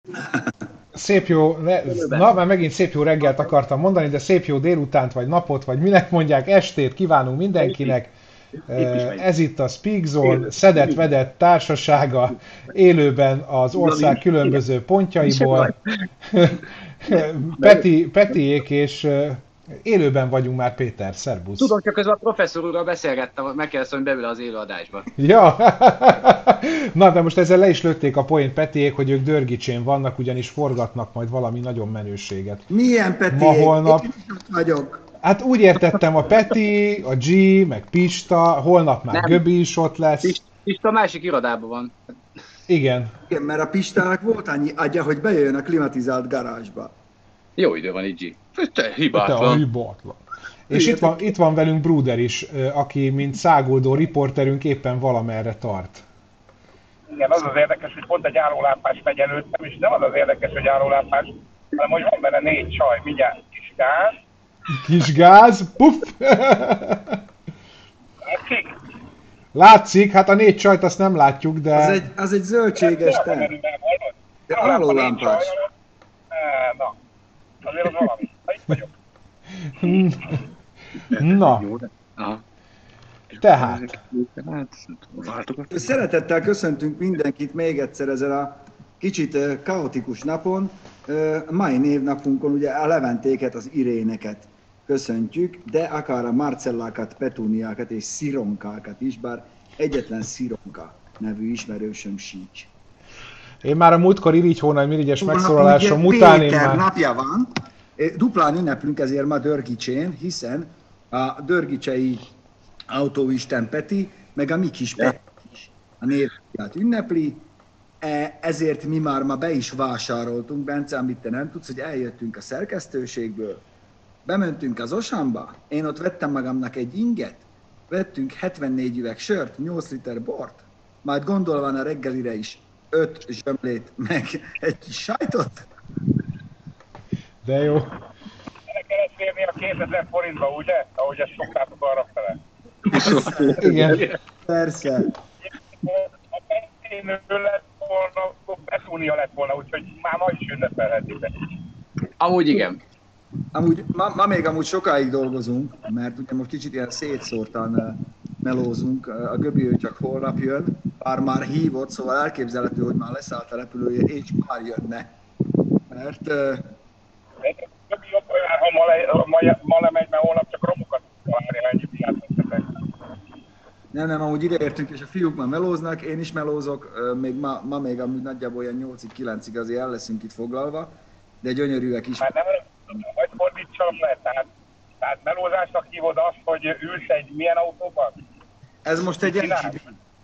Szép jó, Élőben. na már megint szép jó reggelt akartam mondani, de szép jó délutánt, vagy napot, vagy minek mondják, estét kívánunk De mindenkinek. itt is megy. Ez itt a Speak Zone, Élő. Mindig. szedett-vedett társasága, élőben az ország Igen. különböző Se baj. pontjaiból. De Petiék és élőben vagyunk már, Péter, szerbusz. tudom, csak közben a professzor úrral beszélgettem, megkérdeztem, hogy beül az élő adásba. Ja, na de most ezzel le is lőtték a poént Petiék, hogy ők Dörgicsén vannak, ugyanis forgatnak majd valami nagyon menőséget. Milyen Ma, Petiék? holnap. Én is ott vagyok. Hát úgy értettem, a Peti, a G, meg Pista, holnap már Nem, Göbi is ott lesz. Pista a másik irodában van. Igen. Igen, mert a Pistának volt annyi agya, hogy bejöjjön a klimatizált garázsba. Jó idő van, így G. Te Te a hibátlan. hibátlan. És itt van velünk Bruder is, aki mint száguldó riporterünk éppen valamerre tart. Igen, az az érdekes, hogy pont egy árólámpás megy előttem, és nem az az érdekes, hogy árólámpás, hanem hogy van benne 4 csaj, mindjárt kis gáz. Kis gáz, puff! Látszik? Látszik, hát a 4 csajt azt nem látjuk, de... Az egy zöldséges ten. De állólámpás. Na, azért az valami. Na, itt vagyok. Na, Jó, de... Aha. tehát, Váltogat. Szeretettel köszöntünk mindenkit még egyszer ezen a kicsit kaotikus napon. Mai névnapunkon ugye a Leventéket, az Iréneket köszöntjük, de akár a Marcellákat, Petuniákat és Szironkákat is, bár egyetlen Szironka nevű ismerősöm sincs. én már a múltkor Irigy Hónaj Mirigyes Ugye megszólalásom után én Péter már... napja van, duplán ünneplünk ezért ma Dörgicsén, hiszen a dörgicsei autóisten Peti, meg a mi kis Peti is a névnapját ünnepli, ezért mi már ma be is vásároltunk, Bence, amit te nem tudsz, hogy eljöttünk a szerkesztőségből, bementünk az Osamba, én ott vettem magamnak egy inget, vettünk 74 üveg sört, 8 liter bort, majd gondolva a reggelire is 5 zsömlét, meg egy kis sajtot. De jó. Bele kellett férni a 2000 forintba, ugye? Ahogy ezt szoktátok arra fele. Igen. Persze. Ha Pettinő lett volna, akkor Petúnia lett volna, úgyhogy már ma is ünnepelhetitek. Amúgy igen. Amúgy, ma még amúgy sokáig dolgozunk, mert ugye most kicsit ilyen szétszórtan melózunk, a Göbi ő csak holnap jön, bár már hívott, szóval elképzelhető, hogy már leszállt a repülője, és már jönne. Mert Többi jobb olyan, ha ma lemegy, mert holnap csak romokat találni, ha ennyi fiát. nem, amúgy ideértünk, és a fiúk már melóznak, én is melózok, még ma még amúgy nagyjából olyan 8-9-ig azért el leszünk itt foglalva, de gyönyörűek is. Már nem vagy fordítsam le, tehát melózásnak hívod azt, hogy ülsz egy milyen autóban? Ez most egy Csinálj. MGB.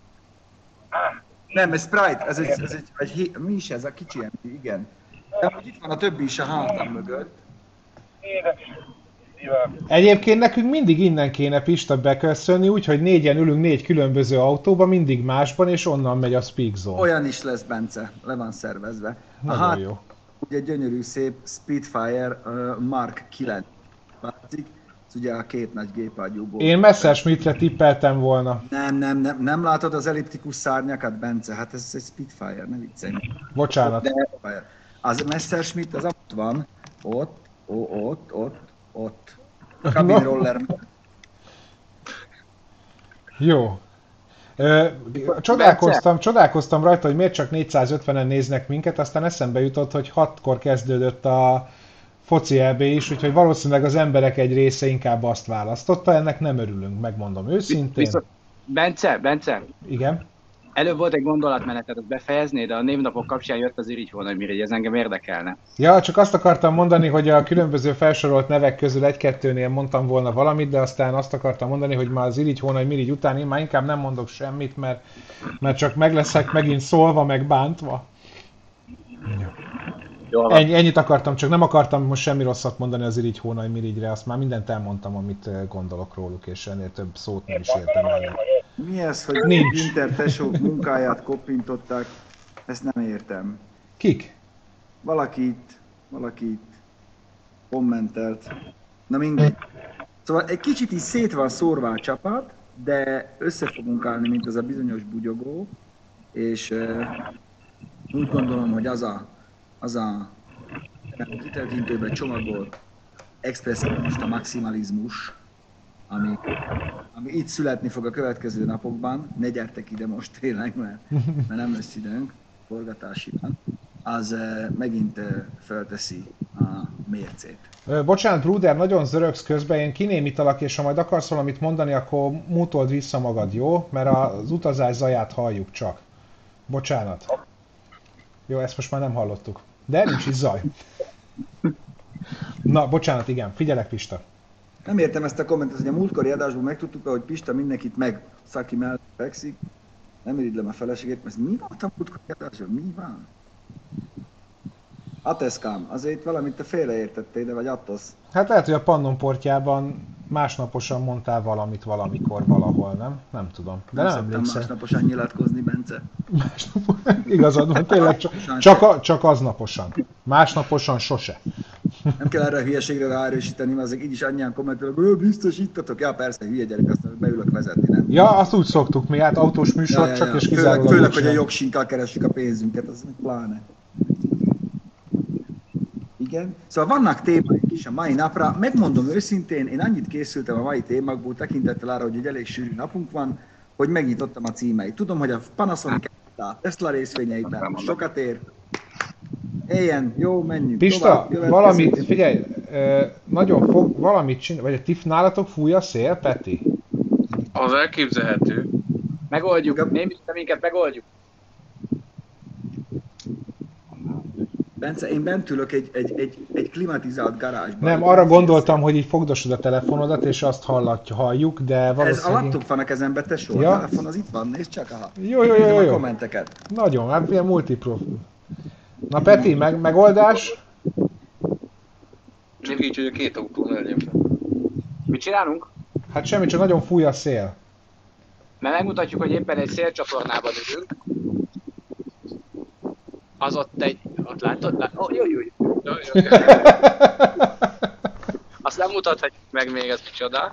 Á, Nem, ez Sprite, ez egy mi is ez a kicsi MG, igen. De amúgy itt van a többi is a hátam mögött. édes szívem. Egyébként nekünk mindig innen kéne Pista beköszönni, úgyhogy négyen ülünk 4 különböző autóba, mindig másban, és onnan megy a Speak Zone. Olyan is lesz, Bence, le van szervezve. Nagyon jó. Ugye gyönyörű szép Spitfire Mark 9 látszik, ez ugye a két nagy gépágyúból. Én Messerschmittre tippeltem volna. Nem látod az elliptikus szárnyakat, Bence? Hát ez egy Spitfire, ne viccelj. Bocsánat. De az Messerschmitt az ott van, ott. Cabin roller. Jó. Csodálkoztam rajta, hogy miért csak 450-en néznek minket, aztán eszembe jutott, hogy 6-kor kezdődött a foci EB is, úgyhogy valószínűleg az emberek egy része inkább azt választotta, ennek nem örülünk, megmondom őszintén. Viszont, Bence, Igen. előbb volt egy gondolatmenetet, azt befejezni, de a névnapok kapcsán jött az Irigy Hónaj Mirigy, ez engem érdekelne. Ja, csak azt akartam mondani, hogy a különböző felsorolt nevek közül egy-kettőnél mondtam volna valamit, de aztán azt akartam mondani, hogy már az Irigy Hónaj Mirigy után én már inkább nem mondok semmit, mert csak meg leszek megint szólva, meg bántva. Jól van. Ennyit akartam, csak nem akartam most semmi rosszat mondani az Irigy Hónaj Mirigyre, azt már mindent elmondtam, amit gondolok róluk, és ennél több szót nem is értem el. Mi ez, hogy Nincs. Winter tesók munkáját koppintották? Ezt nem értem. Kik? Valaki itt kommentelt. Na mindegy. Szóval egy kicsit is szét van szórva a csapat, de össze fogunk állni, mint az a bizonyos bugyogó, és úgy gondolom, hogy az a az a hitelkintőben csomagolt expresszionista maximalizmus, ami itt születni fog a következő napokban, ne gyertek ide most tényleg, mert nem lesz időnk forgatásiban, az megint felteszi a mércét. Bocsánat, Bruder, nagyon zörögsz közben, én kinémítalak, és ha majd akarsz valamit mondani, akkor mutold vissza magad, jó? Mert az utazás zaját halljuk csak. Bocsánat. Jó, ezt most már nem hallottuk. De nincs is zaj. Na, bocsánat, igen, figyelek, Pista. Nem értem ezt a kommentet, hogy a múltkori adásból megtudtuk, hogy Pista mindenkit meg Szaki mellett fekszik. Nem irigylem a feleségét, mert mi volt a múltkori adásból? Mi van? Ateszkám, azért valamit te félreértettél, de vagy Attosz. Hát lehet, hogy a Pannonportjában másnaposan mondtál valamit valamikor valahol, nem? Nem tudom. De nem emlékszem. Másnaposan nyilatkozni, Bence. Igazad van, tényleg csak aznaposan. Másnaposan sose. Nem kell erre a hülyeségre ráerősíteni, mert azok így is annyian kommentelnek, hogy biztosítatok. Ja, persze, hülye gyerek, aztán beülök vezetni, nem? Ja, azt úgy szoktuk mi, hát autós műsor csak és kizárólag. Főleg, hogy a jogsinkkal keressük a pénzünket, az pláne. Igen. Szóval vannak témáink is a mai napra. Megmondom őszintén, én annyit készültem a mai témákból, tekintettel arra, hogy egy elég sűrű napunk van, hogy megnyitottam a címeit. Tudom, hogy a Panasonic a Tesla részvényeiben sokat ér. Éljen, jó, menjünk. Pista, valamit, figyelj, nagyon fog valamit csinálni, vagy a nálatok fúj a szél, Peti? Az elképzelhető. Megoldjuk, minket megoldjuk. Bence, én bent ülök egy klimatizált garázsban. Nem, arra gondoltam, hogy így fogdosod a telefonodat, és azt halljuk, de valószínűleg... Ez a laptop van a kezembe, tesó, ja. A telefon az itt van, nézd csak, aha. Jó. A kommenteket. Nagyon, hát ilyen multiprofil. Na Peti, megoldás? Csak így, hogy a két autó ne legyen fel. Mit csinálunk? Hát semmi, csak nagyon fúj a szél. Mert megmutatjuk, hogy éppen egy szélcsatornában ülünk. Az ott látod? Jó. Azt nem mutathatjuk meg még, ez kicsoda.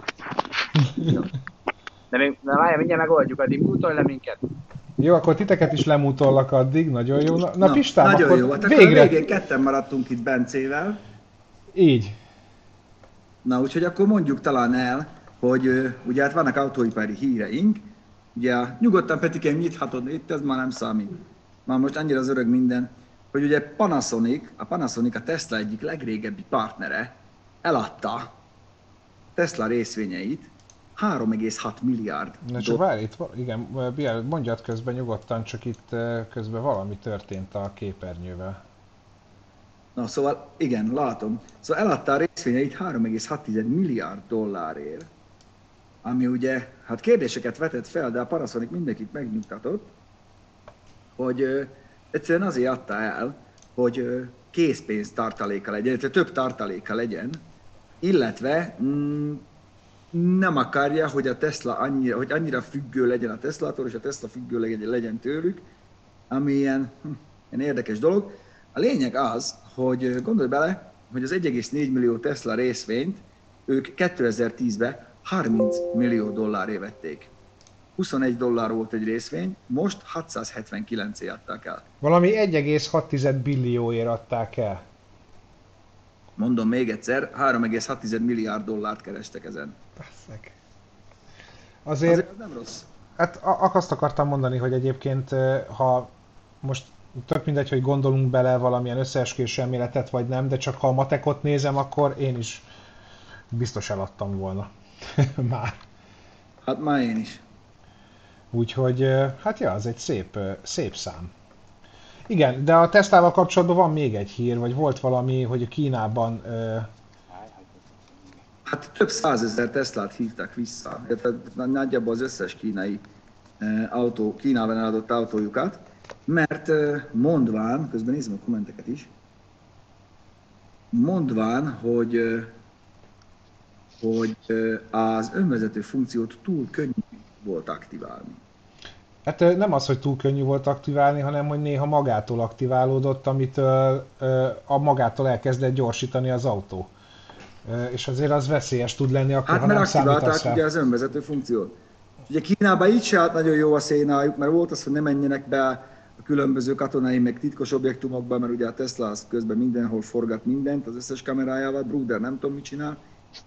De várjál, mindjárt megoldjuk, addig mútolj le minket. Jó, akkor titeket is lemútollak addig, nagyon jó. Na Pistám, nagyon akkor jó. Hát végre... akkor végén ketten maradtunk itt Bencével. Így. Na, úgyhogy akkor mondjuk talán el, hogy ugye hát vannak autóipari híreink. Ugye nyugodtan Petikém nyithatod, itt ez már nem számít. Már most annyira az öreg minden, hogy ugye Panasonic a Tesla egyik legrégebbi partnere eladta Tesla részvényeit 3,6 milliárd. Na csak várj, itt, igen, mondjad közben nyugodtan, csak itt közben valami történt a képernyővel. Na szóval, igen, látom. Szóval eladta a részvényeit 3,6 milliárd dollárért, ami ugye, hát kérdéseket vetett fel, de a Panasonic mindenkit megnyugtatott, hogy egyszerűen azért adta el, hogy készpénz tartaléka legyen, illetve több tartaléka legyen, illetve nem akarja, hogy a Tesla annyira függő legyen a Teslától, és a Tesla függő legyen tőlük, ami ilyen érdekes dolog. A lényeg az, hogy gondolj bele, hogy az 1,4 millió Tesla részvényt ők 2010-ben 30 millió dollárért vették. 21 dollár volt egy részvény, most 679-ért adták el. Valami 1,6 billióért adták el. Mondom még egyszer, 3,6 milliárd dollárt kerestek ezen. Basszeg. Azért nem rossz. Hát azt akartam mondani, hogy egyébként, ha most tök mindegy, hogy gondolunk bele valamilyen összeesküvés elméletet vagy nem, de csak ha a matekot nézem, akkor én is biztos eladtam volna. Már. Hát már én is. Úgyhogy, hát ja, az egy szép szám. Igen, de a Teslával kapcsolatban van még egy hír, vagy volt valami, hogy Kínában... Hát több százezer Teslát hívtak vissza. Tehát nagyjából az összes kínai Kínában eladott autójukat, mert mondván, közben nézem a kommenteket is, mondván, hogy az önvezető funkciót túl könnyű volt aktiválni. Hát nem az, hogy túl könnyű volt aktiválni, hanem hogy néha magától aktiválódott, amitől a magától elkezdett gyorsítani az autó. És azért az veszélyes tud lenni, akkor, ha nem számítasz rá. Hát mert aktiválták ugye az önvezető funkciót. Ugye Kínában így se állt nagyon jó a szénájuk, mert volt az, hogy ne menjenek be a különböző katonai, meg titkos objektumokban, mert ugye a Tesla az közben mindenhol forgat mindent, az összes kamerájával, Bruder nem tudom mit csinál,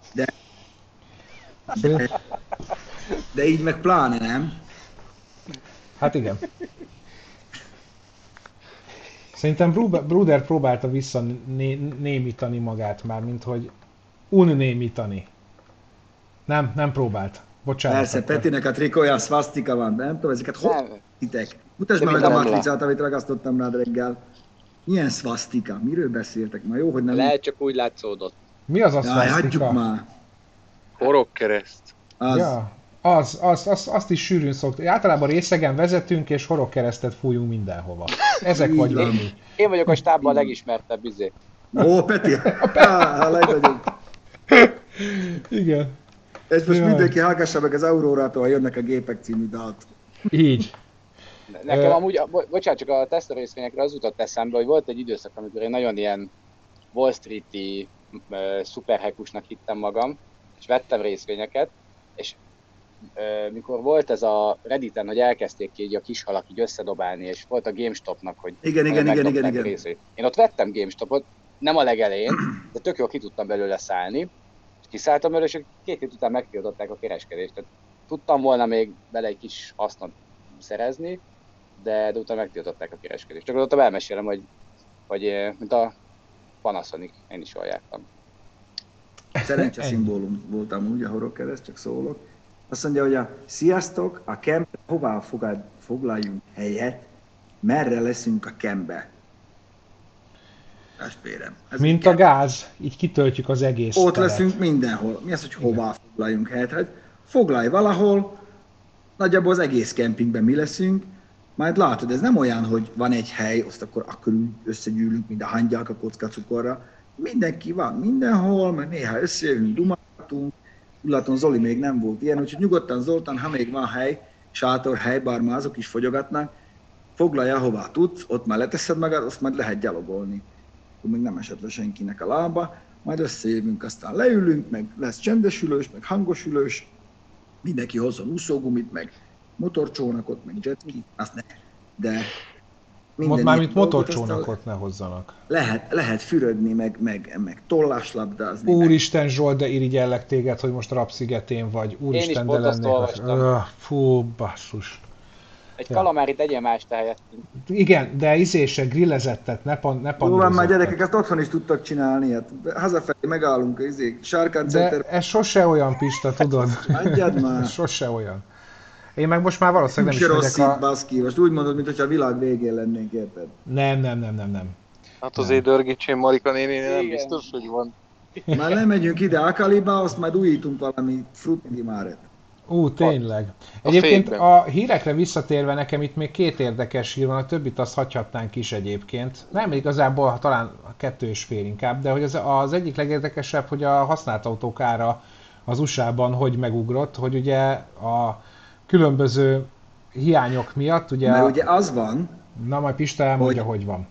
de így meg pláne nem. Hát igen. Szerintem Bruder próbálta visszanémítani magát már, mint hogy unnémítani. Nem próbált. Bocsánat. Persze, akkor. Petinek a trikója, szvasztika van, nem tudom, ezeket hogy hittek? Mutasd meg a matricát, amit ragasztottam rád reggel. Milyen szvasztika? Miről beszéltek? Ma jó, hogy nem... Lehet, csak úgy látszódott. Mi az a Jaj, hagyjuk szvasztika? már. Horogkereszt. Az. Ja, azt is sűrűn szoktuk. Általában részegen vezetünk és horogkeresztet fújunk mindenhova. Ezek Így vagyunk van. mi. Én vagyok a stábban a legismertebb izé. Ó, Peti! A legnagyobb. Igen. És most Jaj. mindenki hallgassa meg az Aurórától, ha jönnek a gépek című dalt. Így. Nekem amúgy, bocsánat, csak a Tesla részvényekre az jutott eszembe, hogy volt egy időszak, amikor én nagyon ilyen Wall Street-i szuperhekusnak hittem magam, és vettem részvényeket, és mikor volt ez a Redditen, hogy elkezdték ki így a kis halak így összedobálni, és volt a GameStopnak, hogy Igen. részét. Én ott vettem GameStopot, nem a legelején, de tök jól ki tudtam belőle szállni, és kiszálltam belőle, és 2 hét után megtiltották a kereskedést. Tehát tudtam volna még vele egy kis hasznot szerezni, de utána megtiltották a kereskedést. Csak ott elmesélem, hogy mint a Panasonic, én is jól jártam. Szerencse szimbólum voltam úgy, a horogkereszt, csak szólok. Azt mondja, hogy sziasztok, a kembe, hová foglaljunk helyet, merre leszünk a kembe. Testvérem. Mint a gáz, így kitöltjük az egész Ott teret. leszünk mindenhol. Mi az, hogy hová foglaljunk helyet? Hát foglalj valahol, nagyjából az egész kempingben mi leszünk, majd látod, ez nem olyan, hogy van egy hely, azt akkor összegyűlünk, mint a hangyák a kockacukorra. Mindenki van mindenhol, mert néha összejövünk, dumáltunk. Ullaton Zoli még nem volt ilyen, úgyhogy nyugodtan Zoltán, ha még van hely, sátorhely, bár már azok is fogyogatnak, foglalj ahová tudsz, ott már leteszed magad, azt majd lehet gyalogolni. Akkor még nem esett le senkinek a lába, majd összejövünk, aztán leülünk, meg lesz csendesülős, meg hangosülős, mindenki hozzon úszógumit, meg motorcsónakot, meg jetski, azt ne, de Most már mint motorcsónakot ne hozzanak. Lehet fürödni, meg tolláslabdázni. Úristen Zsolt, de irigyellek téged, hogy most Rapszigetén vagy. Úristen, de pont azt lennék. olvastam. Fú, basszus. Egy kalamárit tegyél más helyettünk. Igen, de izése, grillezettet, ne Jó van, már pandírozottat. gyerekek, ezt otthon is tudtak csinálni, hát hazafelé megállunk a sárkáncenter. De ez sose olyan, Pista, tudod? Adjad már. Ez sose olyan. Én meg most már valószínűleg Se nem is rossz megyek itt, baszki. Most úgy mondod, mintha a világ végén lennénk, érted? Nem. Hát azért Dörgicsén Marika néni nem Igen. biztos, hogy van. Már lemegyünk ide Akaliba, azt majd újítunk valami frutti máret. Tényleg. Egyébként fékben. a hírekre visszatérve nekem itt még 2 érdekes hír van, a többit azt hagyhatnánk is egyébként. Nem igazából, talán 2,5 inkább, de hogy az egyik legérdekesebb, hogy a használt autók ára az USA-ban hogy megugrott, hogy ugye a különböző hiányok miatt, ugye... Mert ugye az van, Na majd Pista elmondja, hogy van.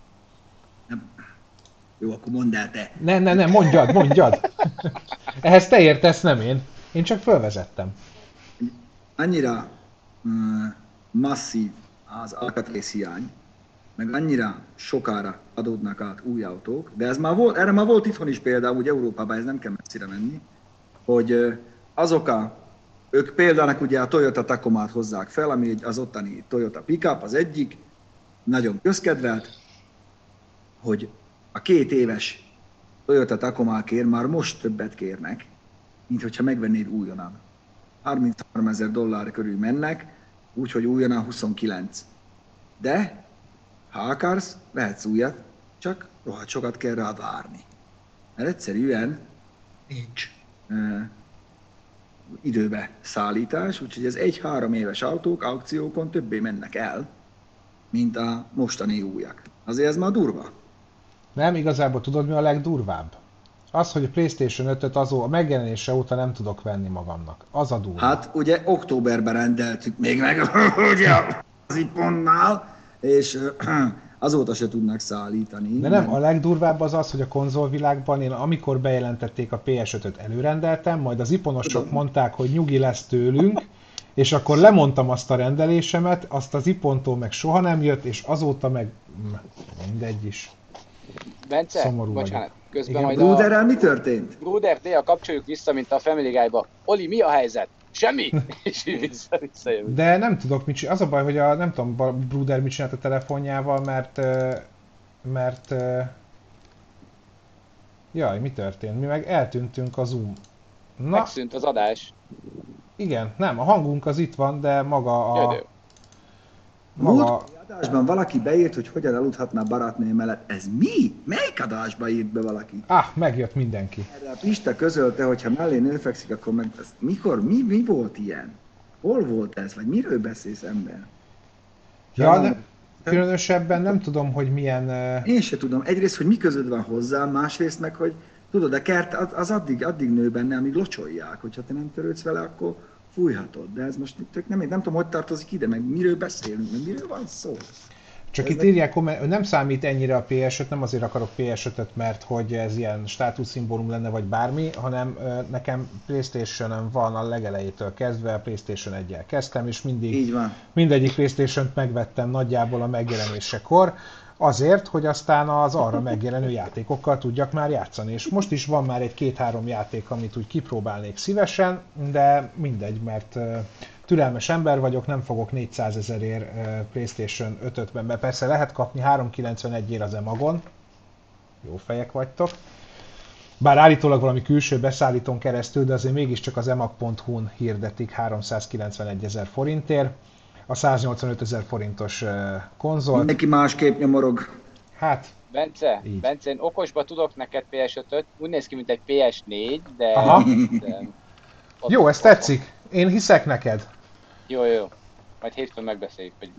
jó, akkor mondd el te. Nem, mondjad. Ehhez te értesz, nem én. Én csak fölvezettem. Annyira masszív az alkatrészhiány, meg annyira sokára adódnak át új autók, de ez már volt, erre már volt itthon is példa, úgy Európában, ez nem kell messzire menni, hogy ők példának ugye a Toyota Tacomát hozzák fel, ami az ottani Toyota pickup, az egyik, nagyon közkedvelt, hogy a 2 éves Toyota Tacomákért már most többet kérnek, mint hogyha megvennéd újonnan. $33,000 körül mennek, úgyhogy újonnan 29. De, ha akarsz, vehetsz újat, csak rohadt sokat kell rá várni. Mert egyszerűen nincs időbe szállítás, úgyhogy az 1-3 éves autók aukciókon többé mennek el, mint a mostani újak. Azért ez már durva. Nem, igazából tudod mi a legdurvább? Az, hogy a PlayStation 5-öt a megjelenése óta nem tudok venni magamnak. Az a durva. Hát ugye októberben rendeltük még meg, ugye az iPhonnál, és azóta se tudnak szállítani. De nem, a legdurvább az, hogy a konzolvilágban én amikor bejelentették a PS5-öt előrendeltem, majd az iponosok mondták, hogy nyugi lesz tőlünk, és akkor lemondtam azt a rendelésemet, azt az ipontól meg soha nem jött, és azóta meg mindegy is. Bence, Szomorú bocsánat, vagyok. közben Igen. majd Bruderrel mi történt? Bruder, néha kapcsoljuk vissza, mint a Family Guy-ba. Oli, mi a helyzet? Semmi! És így visszajövünk. De nem tudok mit csinálni. Az a baj, hogy nem tudom, Bruder mit csinált a telefonjával, mert jaj, mi történt? Mi meg eltűntünk a Zoom. Na, Megszűnt az adás. igen, nem, a hangunk az itt van, de maga a... Jödő. Maga... Adásban valaki beírt, hogy hogyan aludhatná barátnője mellett. Ez mi? Melyik adásba írt be valaki? Megjött mindenki. Erre a Pista közölte, hogy ha mellé nő fekszik, akkor meg... Ez mikor? Mi volt ilyen? Hol volt ez? Vagy miről beszélsz, ember? Ja, de különösebben nem tudom, hogy milyen... Én se tudom. Egyrészt, hogy mi közöd van hozzá, másrészt meg, hogy tudod, a kert az addig nő benne, amíg locsolják. Hogyha te nem törődsz vele, akkor fújhatod. De ez most tök nem tudom, hogy tartozik ide, meg miről beszélünk, meg miről van szó. Csak itt írják, nem számít ennyire a PS5, nem azért akarok PS5-öt, mert hogy ez ilyen státuszszimbólum lenne, vagy bármi, hanem nekem PlayStation-ön van a legelejétől kezdve, a PlayStation 1-jel kezdtem, és Így van. mindegyik PlayStation-t megvettem nagyjából a megjelenésekor, azért, hogy aztán az arra megjelenő játékokkal tudjak már játszani. És most is van már egy 2-3 játék, amit úgy kipróbálnék szívesen, de mindegy, mert türelmes ember vagyok, nem fogok 400 000-ért PlayStation 5-öt, mert persze lehet kapni 391-ért az Emagon, jó fejek vagytok, bár állítólag valami külső beszállítón keresztül, de azért mégiscsak az emag.hu-n hirdetik 391 000 forintért, a 185 000 forintos konzolt. Mindenki másképp nyomorog. Hát, Bence, így. Bence, én okosba tudok neked PS5-öt, úgy néz ki, mint egy PS4, de... Aha. de Jó, ez tetszik. Én hiszek neked. Jó. Majd hétfőn megbeszéljük, hogy...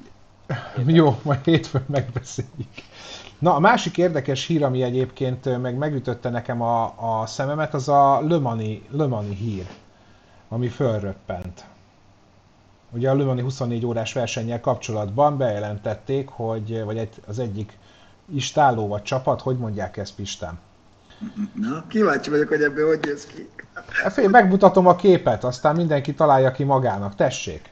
Jó, majd hétfőn megbeszéljük. Na, a másik érdekes hír, ami egyébként megütötte nekem a szememet, az a Le Mani hír, ami fölröppent. Ugye a Le Mani 24 órás versennyel kapcsolatban bejelentették, hogy vagy az egyik istáló vagy csapat, hogy mondják ezt, Pistám? Na, kíváncsi vagyok, hogy ebből hogy jössz ki. Megmutatom a képet, aztán mindenki találja ki magának. Tessék!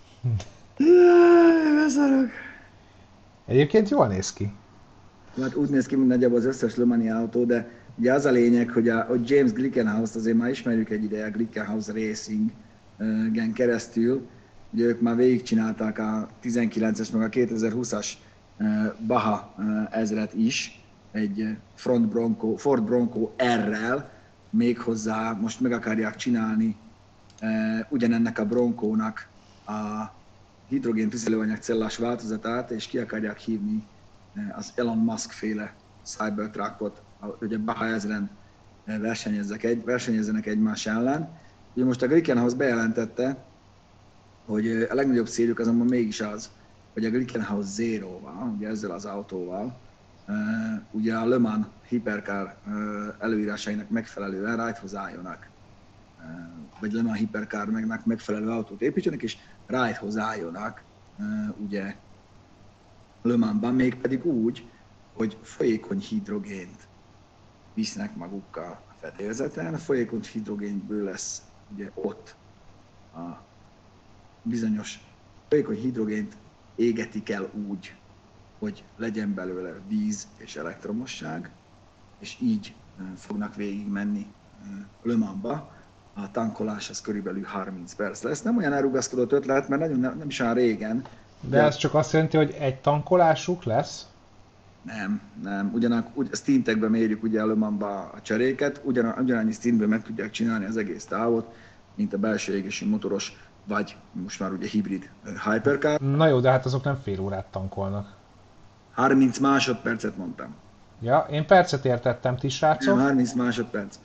Beszarok. Egyébként jól néz ki. Hát úgy néz ki, mint nagyjából az összes Le Mani autó, de ugye az a lényeg, hogy James Glickenhaus-t azért már ismerjük egy ideje, a Glickenhaus Racing-gen keresztül. Ugye ők már végigcsinálták a 19-es meg a 2020-as Baja ezret is, egy Ford Bronco R-rel, méghozzá most meg akarják csinálni ugyanennek a Broncónak a hidrogén tüzelőanyag cellás változatát, és ki akarják hívni az Elon Musk féle Cybertruckot, hogy a Baja ezren versenyezzenek egymás ellen. Ugye most a Glickenhaus bejelentette, hogy a legnagyobb céljuk azonban mégis az, hogy a Glickenhaus Zero-val, ugye ezzel az autóval, ugye a Le Mans Hypercar előírásainak megfelelően rajthoz álljonak, vagy Le Mans Hypercar megfelelő autót építsenek, és rajthoz álljonak, ugye Le Mansban, mégpedig úgy, hogy folyékony hidrogént visznek magukkal a fedélzeten, a folyékony hidrogénből lesz ugye ott a bizonyos folyékony hidrogént égetik el úgy, hogy legyen belőle víz és elektromosság, és így fognak végigmenni Le Mansba. A tankolás az körülbelül 30 perc lesz. Nem olyan elrugaszkodott ötlet, mert nagyon nem is olyan régen. De ez csak azt jelenti, hogy egy tankolásuk lesz? Nem. Ugyanakkor stintekben mérjük ugye a Le Mansba a cseréket, ugyanannyi stintben meg tudják csinálni az egész távot, mint a belső égési motoros, vagy most már ugye hibrid Hypercar. Na jó, de hát azok nem fél órát tankolnak. 30 másodpercet mondtam. Ja, én percet értettem, ti srácok. Nem, 30 másodperc.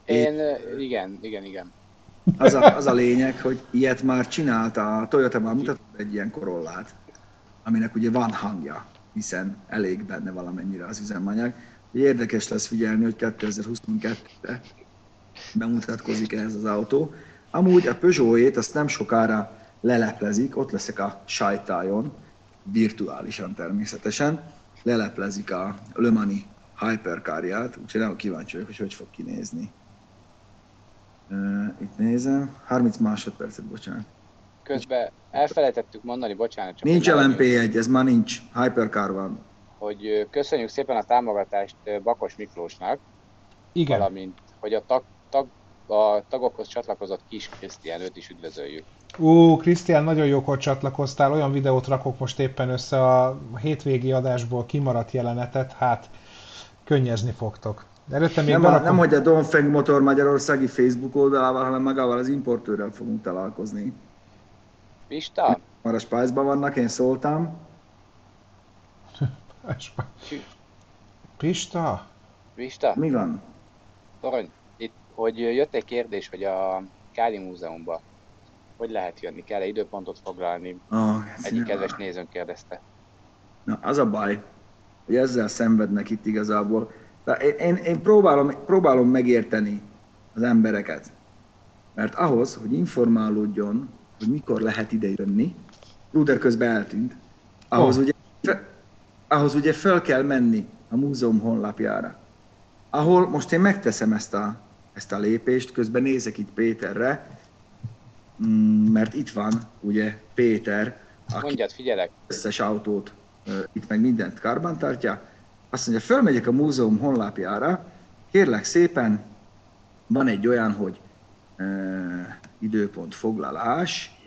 Igen. Az a lényeg, hogy ilyet már csinálta, a Toyota már mutatott egy ilyen Corollát, aminek ugye van hangja, hiszen elég benne valamennyire az üzemanyag. Érdekes lesz figyelni, hogy 2022-ben bemutatkozik ez az autó. Amúgy a Peugeot-ét azt nem sokára leleplezik, ott leszek a sajtájon, virtuálisan természetesen, leleplezik a Le Mani Hypercarját, úgyhogy nagyon kíváncsi vagyok, hogy fog kinézni. Itt nézem, 30 másodpercet, bocsánat. közben elfelejtettük mondani, bocsánat. Csak Nincs LMP1, ez már nincs. Hypercar van. Hogy köszönjük szépen a támogatást Bakos Miklósnak, Igen. valamint, hogy a tagokhoz csatlakozott Kis Krisztián, őt is üdvözöljük. Krisztián, nagyon jókor csatlakoztál, olyan videót rakok most éppen össze a hétvégi adásból kimaradt jelenetet, hát könnyezni fogtok. De előtte még Nem, hogy a Dongfeng Motor Magyarországi Facebook oldalával, hanem magával az importőrrel fogunk találkozni. Pista? Már a Spice-ban vannak, én szóltam. Pista? Pista? Mi van? Torony, itt, hogy jött egy kérdés, hogy a Káli Múzeumban hogy lehet jönni, kell-e időpontot foglalni? Egyik kedves nézőnk kérdezte. Na, az a baj, hogy ezzel szenvednek itt igazából. De én próbálom megérteni az embereket. Mert ahhoz, hogy informálódjon, hogy mikor lehet ide jönni, Ruder közben eltűnt, ahhoz ugye fel kell menni a múzeum honlapjára. Ahol most én megteszem ezt a lépést, közben nézek itt Péterre, mert itt van ugye Péter, aki figyelek. Összes autót, itt meg mindent karbantartja. Azt mondja, fölmegyek a múzeum honlapjára, kérlek szépen, van egy olyan, hogy időpont foglalás,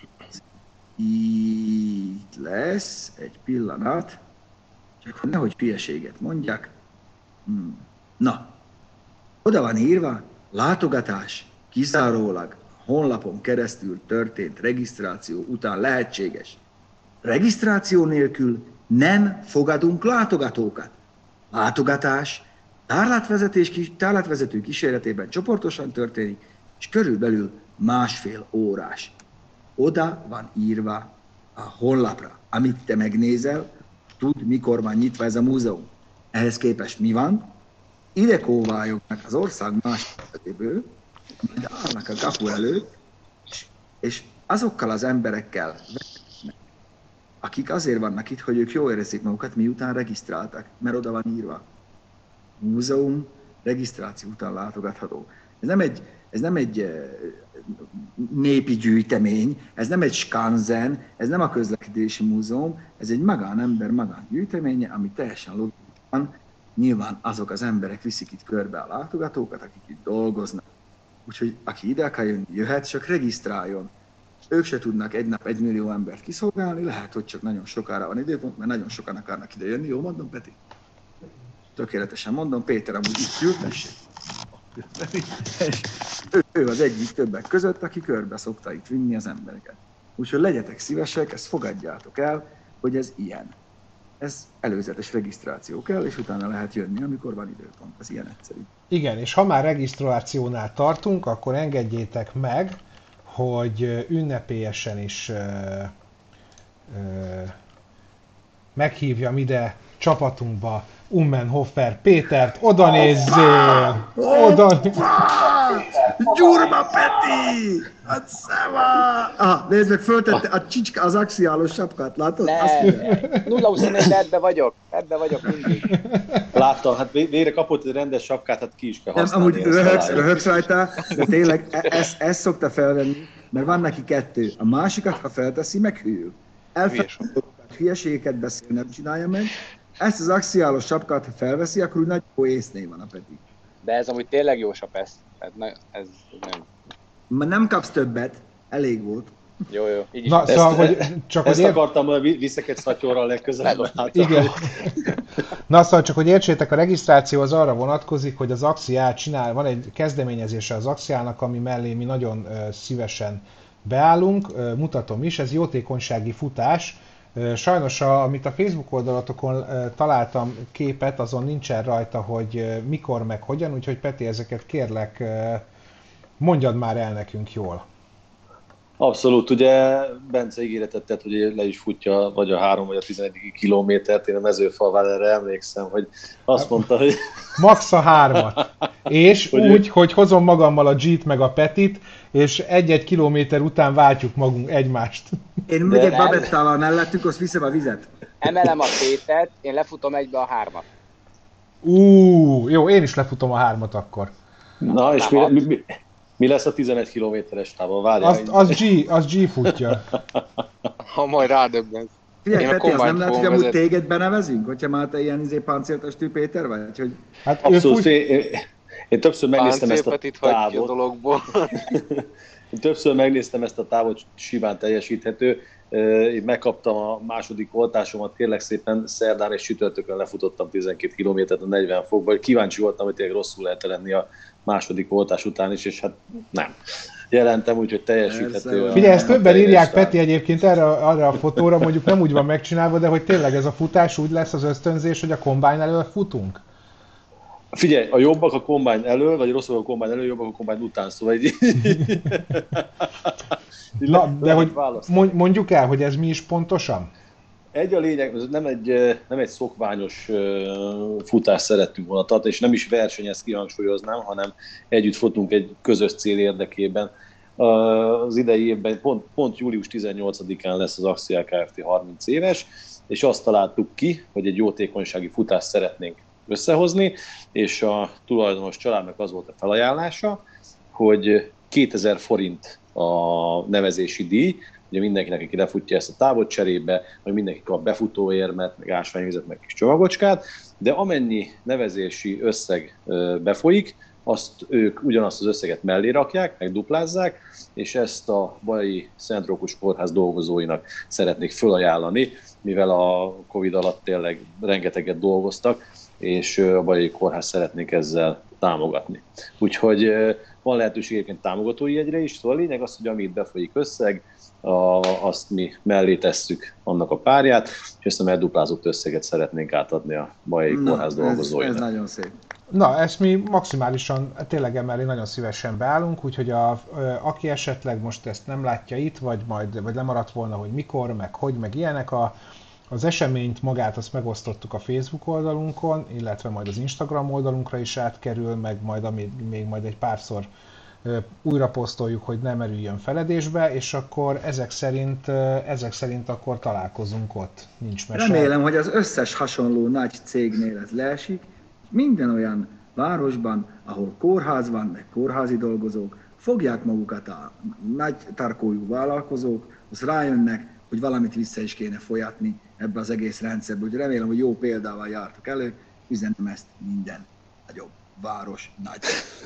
itt lesz egy pillanat, csak hogy nehogy hülyeséget mondjak. Na, oda van írva, látogatás kizárólag honlapon keresztül történt regisztráció után lehetséges. Regisztráció nélkül nem fogadunk látogatókat. Látogatás tárlatvezető kíséretében csoportosan történik, és körülbelül 1,5 órás. Oda van írva a honlapra, amit te megnézel, tud, mikor van nyitva ez a múzeum. Ehhez képest mi van? Ide kóvályognak az ország más területéből, mind állnak a kapu előtt, és azokkal az emberekkel, akik azért vannak itt, hogy ők jól érezzék magukat, miután regisztráltak, mert oda van írva. Múzeum regisztráció után látogatható. Ez nem egy népi gyűjtemény, ez nem egy skanzen, ez nem a közlekedési múzeum, ez egy magánember magángyűjteménye, ami teljesen logikus. Nyilván azok az emberek viszik itt körbe a látogatókat, akik itt dolgoznak. Úgyhogy aki ide akar jönni, jöhet, csak regisztráljon. Ők se tudnak egy nap 1 millió embert kiszolgálni, lehet, hogy csak nagyon sokára van időpont, mert nagyon sokan akarnak ide jönni. Jó mondom, Peti? Tökéletesen mondom, Péter amúgy itt ült, tessék. Ő az egyik többek között, aki körbe szokta itt vinni az embereket. Úgyhogy legyetek szívesek, ezt fogadjátok el, hogy ez ilyen. Ez előzetes regisztráció kell, és utána lehet jönni, amikor van időpont. Ez ilyen egyszerű. Igen, és ha már regisztrációnál tartunk, akkor engedjétek meg, hogy ünnepélyesen is meghívjam ide csapatunkba Ummenhofer Pétert, oda nézzél! Gyurma Peti! Hát szeva! Nézd meg, föltette a csicska, az axiálos sapkát, látod? Ne, 0-21 ebbe vagyok mindig. Láttam, hát végre kapott egy rendes sapkát, hát ki is kell használni. Amúgy röhögsz rajta, de tényleg ezt szokta felvenni, mert van neki 2. A másikat, ha felteszi, meghűl. Hülyeségeket beszél, nem csinálja meg. Ezt az axiálos sapkát, ha felveszi, akkor úgy nagy észnél van a Peti. De ez amúgy tényleg jó sap ez. Ez nem. Nem kapsz többet, elég volt. Jó, így is. Na, szóval, hogy csak ezt akartam, hogy viszek egy szatyorral legközelebb. Igen. Na, szóval csak, hogy értsétek, a regisztráció az arra vonatkozik, hogy az Axiál csinál, van egy kezdeményezése az Axiálnak, ami mellé mi nagyon szívesen beállunk, mutatom is, ez jótékonysági futás. Sajnos, amit a Facebook oldalatokon találtam képet, azon nincsen rajta, hogy mikor meg hogyan, úgyhogy Peti, ezeket kérlek, mondjad már el nekünk jól. Abszolút, ugye Bence ígéretet tett, hogy le is futja vagy a 3 vagy a 11. kilométert, én a Mezőfalván erre emlékszem, hogy azt mondta, hogy... Max a 3-at. És úgy, hogy hozom magammal a G-t meg a Petit, és 1-1 kilométer után váltjuk magunk egymást. Én megyek Babettával mellettük, azt viszem a vizet. Emelem a Pétert, én lefutom egybe a 3-at. Jó, én is lefutom a 3-at akkor. Na, és Mi lesz a 11 kilométeres távon? Várjál. Az G futja. Ha majd rádöbbensz. Figyelj, Peti, az nem lehet, hogy amúgy téged benevezünk, hogyha már te ilyen páncéltestű Péter vagy? Hogy... Hát abszolút, én többször megnéztem ezt a távot. A dologból. Én többször megnéztem ezt a távot, simán teljesíthető. Én megkaptam a második oltásomat, kérlek szépen szerdán és csütörtökön lefutottam 12 kilométert a 40 fokba. Kíváncsi voltam, hogy tényleg rosszul lehet lenni a második oltás után is, és hát nem. Jelentem úgy, hogy teljesíthető. Figyelj, ezt többen írják, Peti, egyébként arra a fotóra, mondjuk nem úgy van megcsinálva, de hogy tényleg ez a futás úgy lesz az ösztönzés, hogy a kombány elől futunk? Figyelj, a jobbak a kombány elől, vagy a rosszabbak a kombány elől, jobbak a kombány után, szóval így... Na, de hogy mondjuk el, hogy ez mi is pontosan? Egy a lényeg, nem egy szokványos futást szerettünk volna tartani, és nem is verseny, ezt kihangsúlyoznám, hanem együtt futunk egy közös cél érdekében. Az idei évben pont július 18-án lesz az Axial Kft. 30 éves, és azt találtuk ki, hogy egy jótékonysági futást szeretnénk összehozni, és a tulajdonos családnak az volt a felajánlása, hogy 2000 forint a nevezési díj, ugye mindenkinek, aki lefutja ezt a távot cserébe, vagy mindenki kap befutóérmet, meg ásványvizet, meg kis csomagocskát, de amennyi nevezési összeg befolyik, azt ők ugyanazt az összeget mellé rakják, meg duplázzák, és ezt a Bajai Szent Rókus Kórház dolgozóinak szeretnék fölajánlani, mivel a Covid alatt tényleg rengeteget dolgoztak, és a Bajai Kórház szeretnék ezzel támogatni. Úgyhogy van lehetőség egyébként támogatói jegyre is, szóval a lényeg az, hogy amit befolyik összeg, azt mi mellé tesszük annak a párját, és ezt a medduplázott összeget szeretnénk átadni a Bajai Kórház dolgozóinak. Ez nagyon szép. Na, ezt mi maximálisan, tényleg emellé nagyon szívesen beállunk, úgyhogy aki esetleg most ezt nem látja itt, vagy lemaradt volna, hogy mikor, meg hogy, meg ilyenek, az eseményt magát azt megosztottuk a Facebook oldalunkon, illetve majd az Instagram oldalunkra is átkerül, meg majd még majd egy párszor újra posztoljuk, hogy ne merüljön feledésbe, és akkor ezek szerint akkor találkozunk ott. Nincs mese. Remélem, hogy az összes hasonló nagy cégnél ez leesik. Minden olyan városban, ahol kórház van, meg kórházi dolgozók, fogják magukat a nagy tarkójú vállalkozók, az rájönnek, hogy valamit vissza is kéne folyatni ebbe az egész rendszerbe. Úgyhogy remélem, hogy jó példával jártak elő, üzenem ezt minden nagyobb város, nagy.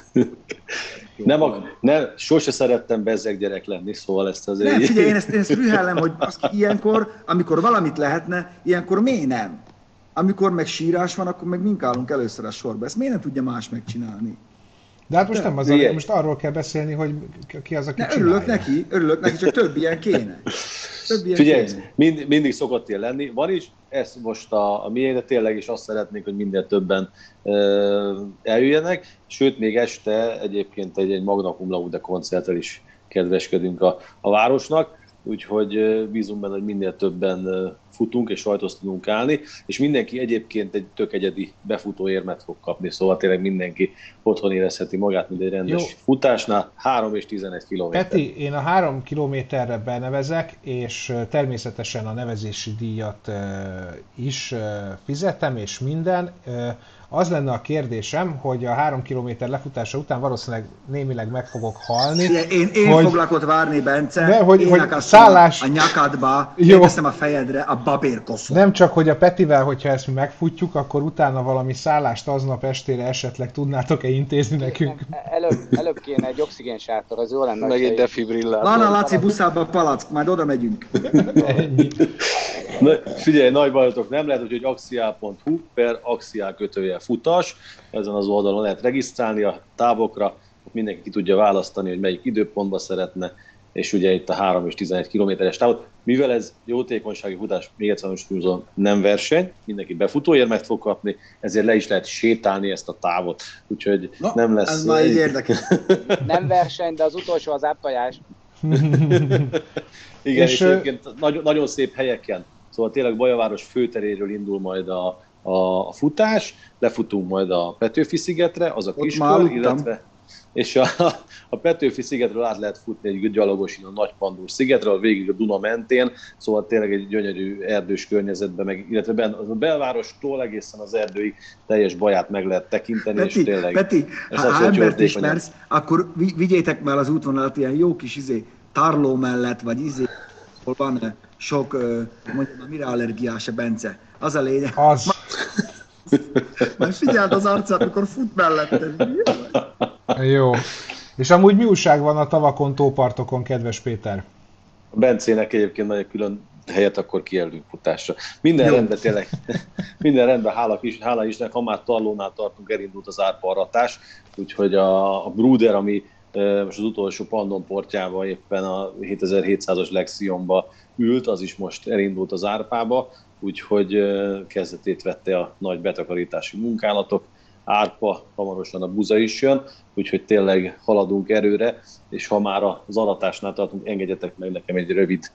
Sose szerettem bezzeg gyerek lenni, szóval ezt azért... Nem, figyelj, én ezt rühellem, hogy ilyenkor, amikor valamit lehetne, ilyenkor miért nem? Amikor meg sírás van, akkor meg mink állunk először a sorba. Ezt miért nem tudja más megcsinálni? De hát most nem most arról kell beszélni, hogy ki az, aki csinálja. Örülök neki, csak több ilyen kéne. Figyelj, mindig szokott ilyen lenni. Van is, ez most a miénk, de tényleg is azt szeretnénk, hogy minél többen eljöjjenek. Sőt, még este egyébként egy Magna Cum Laude koncerttel is kedveskedünk a városnak. Úgyhogy bízunk benne, hogy minél többen futunk és rajtos tudunk állni, és mindenki egyébként egy tök egyedi befutóérmet fog kapni, szóval tényleg mindenki otthon érezheti magát, mint egy rendes futásnál, 3 és 11 kilométer. Peti, én a 3 kilométerre benevezek, és természetesen a nevezési díjat is fizetem, és minden. Az lenne a kérdésem, hogy a 3 kilométer lefutása után valószínűleg némileg meg fogok halni. Én foglak ott várni, Bence, hogy szállás... a nyakadba, én veszem a fejedre a babérkoszot. Nem csak, hogy a Petivel, hogyha ezt mi megfutjuk, akkor utána valami szállást aznap estére esetleg tudnátok-e intézni nekünk? Előbb kéne egy oxigénsátor, az jó lenne. Meg egy defibrillátor. Van a Laci buszában a palack, majd oda megyünk. Ennyi. Figyelj, nagy bajotok nem lehet, hogy axial.hu/axial_futas, ezen az oldalon lehet regisztrálni a távokra, mindenki ki tudja választani, hogy melyik időpontban szeretne, és ugye itt a 3 és 11 kilométeres távot. Mivel ez jótékonysági futás, még egyszer nem verseny, mindenki befutóérmet fog kapni, ezért le is lehet sétálni ezt a távot, úgyhogy nem lesz... Ez már így érdekes. Nem verseny, de az utolsó az áptajás. Igen, és egyébként nagyon szép helyeken. Szóval tényleg Bajaváros főteréről indul majd a futás, lefutunk majd a Petőfi-szigetre, az a Kiskör, illetve... és a Petőfi szigetről át lehet futni egy gyalogos a Nagypandúr szigetről, végig a Duna mentén, szóval tényleg egy gyönyörű erdős környezetben, illetve a belvárostól egészen az erdőig teljes baját meg lehet tekinteni, Peti, és tényleg... Peti, ha embert ismersz, akkor vigyétek már az útvonalat ilyen jó kis Tarló mellett, vagy hol van sok, mondjuk mire allergiás a Bence. Az a lényeg. Az. Majd figyeld az arcát, amikor fut mellette. Jó. És amúgy mi újság van a tavakon, tópartokon, kedves Péter? A Bencének egyébként nagyon külön helyet akkor kijelölünk futásra. Minden rendben tényleg, minden rendben, hála Istennek, ha már Tarlónál tartunk, elindult az árparatás, úgyhogy a Bruder, ami most az utolsó Pandonportjában éppen a 7700-as Lexionba ült, az is most elindult az árpába, úgyhogy kezdetét vette a nagy betakarítási munkálatok. Árpa, hamarosan a buza is jön, úgyhogy tényleg haladunk erőre, és ha már az aratásnál tartunk, engedjetek meg nekem egy rövid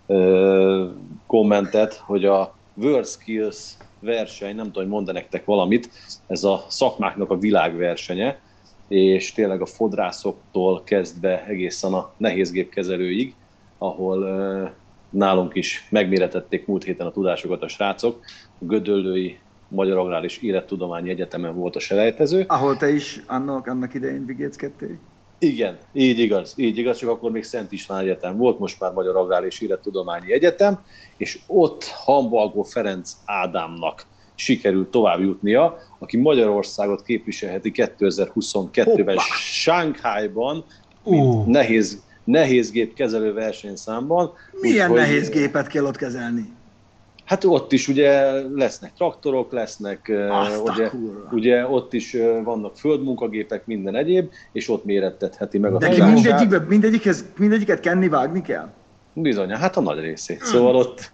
kommentet, hogy a WorldSkills verseny, nem tudom, hogy mond nektek valamit, ez a szakmáknak a világversenye, és tényleg a fodrászoktól kezdve egészen a nehézgépkezelőig, ahol nálunk is megméretették múlt héten a tudásokat a srácok. A Gödöllői Magyar Agrár és Élettudományi Egyetemen volt a selejtező. Ahol te is annak idején vigéckedtél? Igen, így igaz, csak akkor még Szent István Egyetem volt, most már Magyar Agrár és Élettudományi Egyetem, és ott Hambalgó Ferenc Ádámnak sikerült tovább jutnia, aki Magyarországot képviselheti 2022-ben Shanghaiban, mint nehézgép kezelő versenyszámban. Milyen nehéz gépet kell ott kezelni? Hát ott is ugye lesznek traktorok, lesznek, ugye ott is vannak földmunkagépek, minden egyéb, és ott mérettetheti meg a tudását. Mindegyiket kenni, vágni kell? Bizony, hát a nagy részét. Szóval ott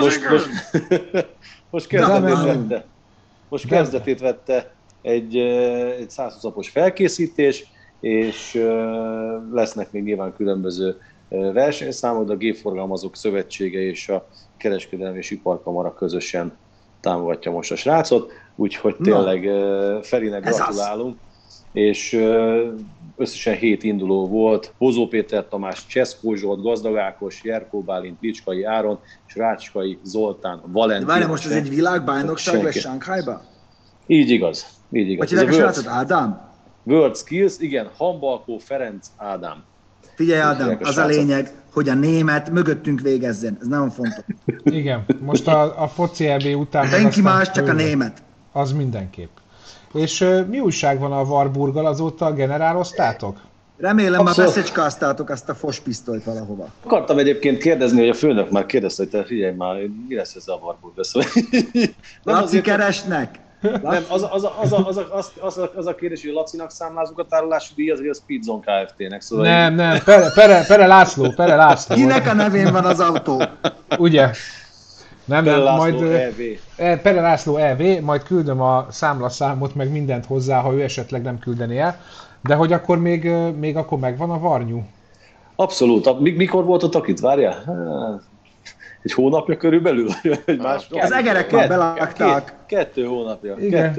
most kezdetét vette egy 120 napos felkészítés, és lesznek még nyilván különböző versenyszámok, de a Gépforgalmazók Szövetsége és a Kereskedelmi és Iparkamara közösen támogatja most a srácot, úgyhogy tényleg Ferinek gratulálunk, és összesen 7 induló volt, Bozó Péter Tamás, Cseszkó Zsolt, Gazdag Ákos, Jerkó Bálint, Licskay Áron és Rácskai Zoltán Valentin. Várj, most ez egy világbajnokság lesz Shanghaiban? Így igaz. Vagy hívják a srácot, Ádám? WorldSkills, igen, Hambalgó Ferenc Ádám. Figyelj Ádám, az a lényeg, hogy a német mögöttünk végezzen, ez nagyon fontos. Igen, most a foci EB után... Senki más, csak a német. Az mindenképp. És mi újság van a Warburggal, azóta generáloztátok? Remélem már beszecskáztátok azt a fospisztolyt valahova. Akartam egyébként kérdezni, hogy a főnök már kérdezte, hogy te figyelj már, mi lesz ez a Warburg? Laci keresnek! Nem, az a kérdés, hogy a Lacinak számlázunk a tárolási díjat, vagy a Speedzone Kft-nek. Szóval nem, Pere László. Kinek a nevén van az autó? Ugye? Nem, Pere László majd EV. Pere László EV, majd küldöm a számlaszámot, meg mindent hozzá, ha ő esetleg nem küldeni el. De hogy akkor még akkor megvan a varnyú? Abszolút. Mikor voltatok itt? Várjál? Egy hónapja körülbelül? Az egerekkel belágták. 2 hónapja.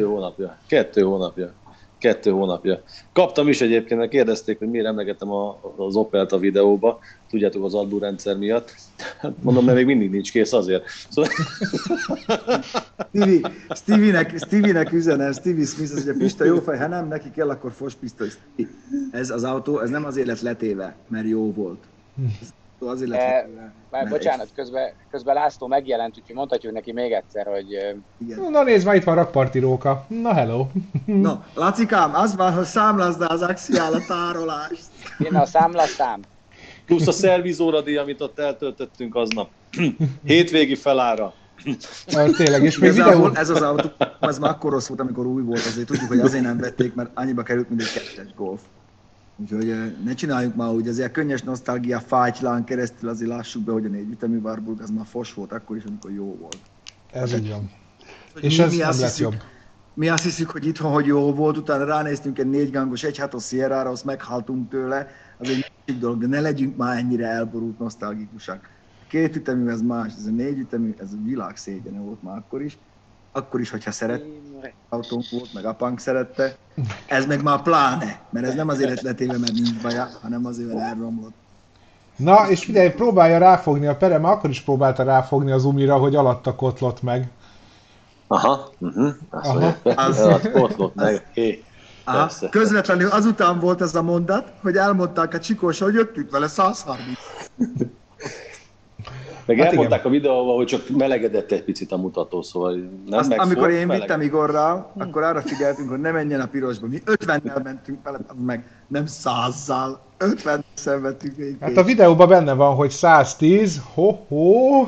2 hónapja. Kaptam is egyébként, mert kérdezték, hogy miért emlegetem az Opelt a videóba. Tudjátok, az adórendszer miatt. Mondom, mert még mindig nincs kész azért. Szóval... Stevie-nek üzenem, Stevie Smith, az ugye Pista jó fej, ha nem neki kell, akkor fospisztoly. Ez az autó, ez nem azért lett letéve, mert jó volt. Azért lett letéve. Bocsánat, közben László megjelent, úgyhogy mondhatjuk neki még egyszer, hogy... Igen. Na nézd, már itt van rakparti róka. Na hello. Na, Lacikám, az van, hogy számlázd az axiál a tárolást. Én a számlaszám. Plusz a szervizóradíj, amit ott eltöltöttünk aznap. Hétvégi felára. Tényleg, és még ez az autó, ez már akkor rossz volt, amikor új volt, azért tudjuk, hogy azért nem vették, mert annyiba került, mint egy 2-es Golf. Úgyhogy ne csináljuk már úgy, azért a könnyes nosztalgia fájtlán keresztül azért lássuk be, hogy a 4 ütemű Warburg az már fos volt akkor is, amikor jó volt. Ez így van. És ez nem lesz jobb. Mi azt hiszük, hogy itthon, hogy jó volt, utána ránéztünk egy 4 gangos 1.6-os Sierra-ra, azt meghaltunk tőle, az egy másik dolog, de ne legyünk már ennyire elborult nosztalgikusak. A 2 ütemű ez más, ez a 4 ütemű, ez a világ szégyene volt már akkor is. akkor is, hogyha szeret autónk volt, meg apánk szerette. Ez meg már pláne, mert ez nem azért lett letéve, mert nincs baja, hanem azért, mert elromlott. Na, és figyelj, próbálja ráfogni a Pere, mert akkor is próbálta ráfogni az Umira, hogy alatta kotlott meg. Aha, azt mondja, kotlott meg. Aha, közvetlenül azután volt ez a mondat, hogy elmondták a Csikósra, hogy jöttünk vele 130. Meg elmondták a videóban, hogy csak melegedett egy picit a mutató, szóval nem azt, megszólt, amikor én vittem Igorral, akkor arra figyeltünk, hogy ne menjen a pirosba. Mi 50-nel mentünk vele, meg nem 100-zal. 50-nel szenvedtünk végig. Hát a videóban benne van, hogy 110, ho-ho.